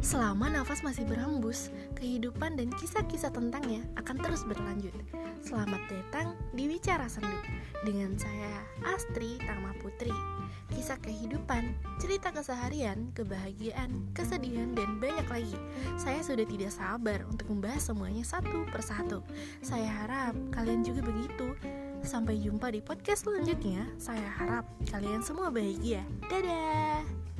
Selama nafas masih berhembus, kehidupan dan kisah-kisah tentangnya akan terus berlanjut. Selamat datang di Bicara Sendu dengan saya Astri Tama Putri. Kisah kehidupan, cerita keseharian, kebahagiaan, kesedihan, dan banyak lagi. Saya sudah tidak sabar untuk membahas semuanya satu persatu. Saya harap kalian juga begitu. Sampai jumpa di podcast selanjutnya. Saya harap kalian semua bahagia. Dadah.